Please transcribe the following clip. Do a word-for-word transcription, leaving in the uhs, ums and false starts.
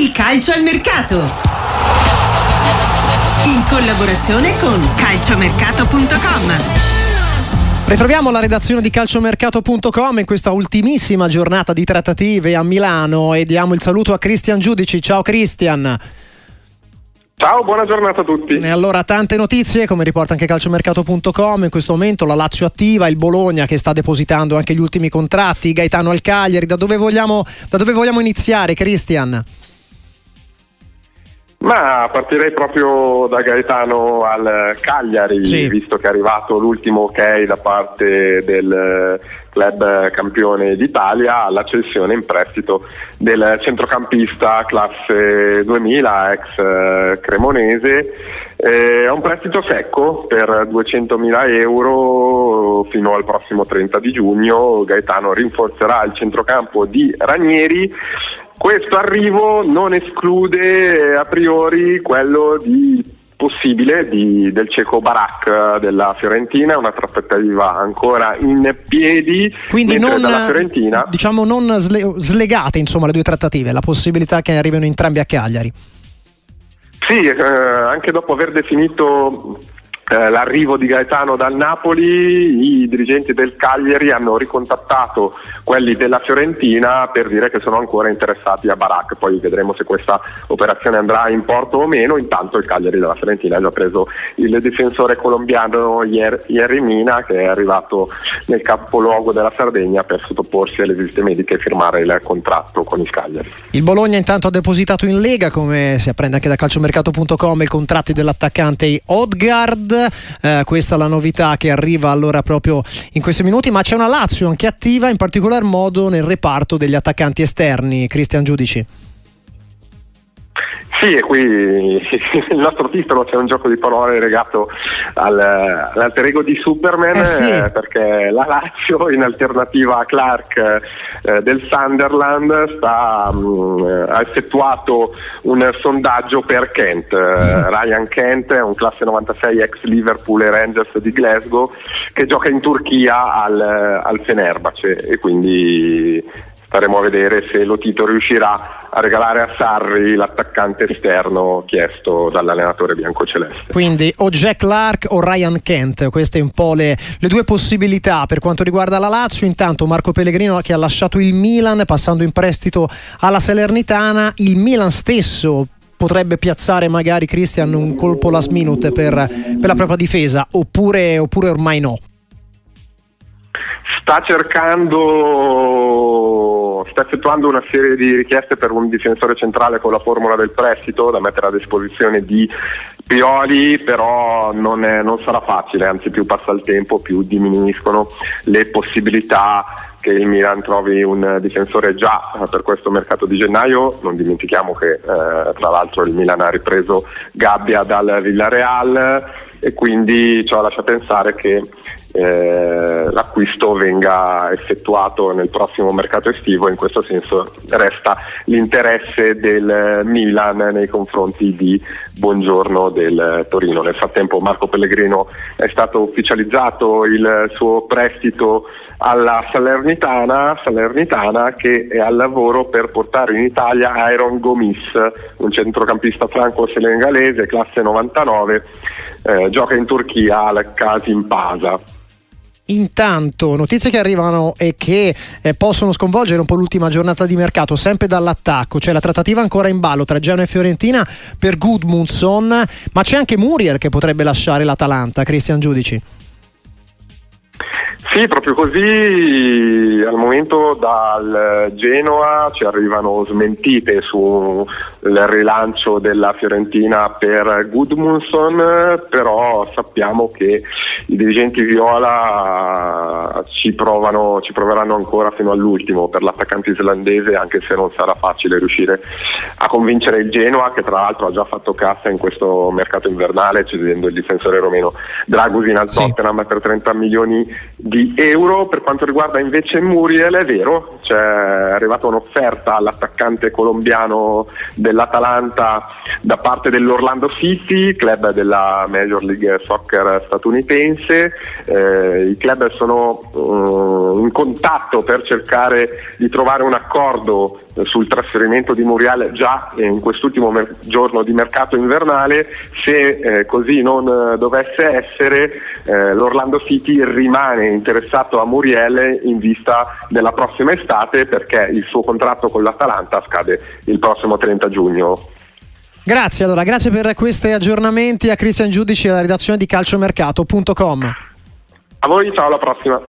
di Calcio al Mercato, in collaborazione con calciomercato punto com. Ritroviamo la redazione di calciomercato punto com in questa ultimissima giornata di trattative a Milano e diamo il saluto a Christian Giudici. Ciao Christian. Ciao, buona giornata a tutti. E allora, tante notizie, come riporta anche calciomercato punto com. In questo momento la Lazio attiva, il Bologna che sta depositando anche gli ultimi contratti, Gaetano al Cagliari. Da dove vogliamo, da dove vogliamo iniziare, Christian? Ma partirei proprio da Gaetano al Cagliari, sì. Visto che è arrivato l'ultimo ok da parte del club campione d'Italia alla cessione in prestito del centrocampista classe duemila, ex cremonese. È un prestito secco per duecentomila euro fino al prossimo trenta di giugno. Gaetano rinforzerà il centrocampo di Ranieri. Questo arrivo non esclude a priori quello di possibile di, del ceco Barak della Fiorentina, una trattativa ancora in piedi. Quindi non, dalla Fiorentina, diciamo non sle- slegate insomma le due trattative, la possibilità che arrivino entrambi a Cagliari. Sì, eh, anche dopo aver definito Eh, l'arrivo di Gaetano dal Napoli, i dirigenti del Cagliari hanno ricontattato quelli della Fiorentina per dire che sono ancora interessati a Barak. Poi vedremo se questa operazione andrà in porto o meno. Intanto il Cagliari della Fiorentina ha già preso il difensore colombiano Yerry Mina, che è arrivato nel capoluogo della Sardegna per sottoporsi alle visite mediche e firmare il contratto con il Cagliari. Il Bologna intanto ha depositato in Lega, come si apprende anche da calciomercato punto com, il contratto dell'attaccante Odgaard. Eh, questa è la novità che arriva allora proprio in questi minuti, ma c'è una Lazio anche attiva, in particolar modo nel reparto degli attaccanti esterni. Christian Giudici. Sì, e qui il nostro titolo c'è un gioco di parole legato al, all'alter ego di Superman, eh sì. eh, perché la Lazio, in alternativa a Clark eh, del Sunderland, sta, mh, ha effettuato un sondaggio per Kent. eh, Ryan Kent è un classe novantasei ex Liverpool e Rangers di Glasgow che gioca in Turchia al, al Fenerbahce, e quindi staremo a vedere se Lotito riuscirà a regalare a Sarri l'attaccante esterno chiesto dall'allenatore biancoceleste. Quindi o Jack Clark o Ryan Kent, queste un po' le, le due possibilità per quanto riguarda la Lazio. Intanto Marco Pellegrino, che ha lasciato il Milan passando in prestito alla Salernitana. Il Milan stesso potrebbe piazzare magari, Christian, un colpo last minute per, per la propria difesa, oppure, oppure ormai no? Sta cercando, sta effettuando una serie di richieste per un difensore centrale con la formula del prestito da mettere a disposizione di Pioli, però non, è, non sarà facile, anzi più passa il tempo più diminuiscono le possibilità che il Milan trovi un difensore già per questo mercato di gennaio. Non dimentichiamo che eh, tra l'altro il Milan ha ripreso Gabbia dal Villarreal, e quindi ciò lascia pensare che eh, l'acquisto venga effettuato nel prossimo mercato estivo. In questo senso resta l'interesse del Milan nei confronti di Buongiorno del Torino. Nel frattempo Marco Pellegrino è stato ufficializzato il suo prestito alla Salernitana, Salernitana che è al lavoro per portare in Italia Aaron Gomis, un centrocampista franco-senegalese, classe novantanove, eh, gioca in Turchia al Kasimpasa. Intanto notizie che arrivano e che eh, possono sconvolgere un po' l'ultima giornata di mercato, sempre dall'attacco. C'è la trattativa ancora in ballo tra Genoa e Fiorentina per Gudmundsson, ma c'è anche Muriel che potrebbe lasciare l'Atalanta. Christian Giudici. Sì, proprio così. Al momento dal Genoa ci arrivano smentite sul rilancio della Fiorentina per Gudmundsson, però sappiamo che i dirigenti viola ci provano, ci proveranno ancora fino all'ultimo per l'attaccante islandese, anche se non sarà facile riuscire a convincere il Genoa, che tra l'altro ha già fatto cassa in questo mercato invernale cedendo il difensore romeno Dragusin al sì. Tottenham per trenta milioni di euro. Per quanto riguarda invece Muriel, è vero, c'è arrivata un'offerta all'attaccante colombiano dell'Atalanta da parte dell'Orlando City, club della Major League Soccer statunitense. Eh, i club sono uh, in contatto per cercare di trovare un accordo sul trasferimento di Muriel già già in quest'ultimo mer- giorno di mercato invernale. Se eh, così non eh, dovesse essere, eh, l'Orlando City rimane interessato a Muriel in vista della prossima estate, perché il suo contratto con l'Atalanta scade il prossimo trenta giugno. Grazie, allora, grazie per questi aggiornamenti a Cristian Giudici e alla redazione di calciomercato punto com. A voi, ciao, alla prossima.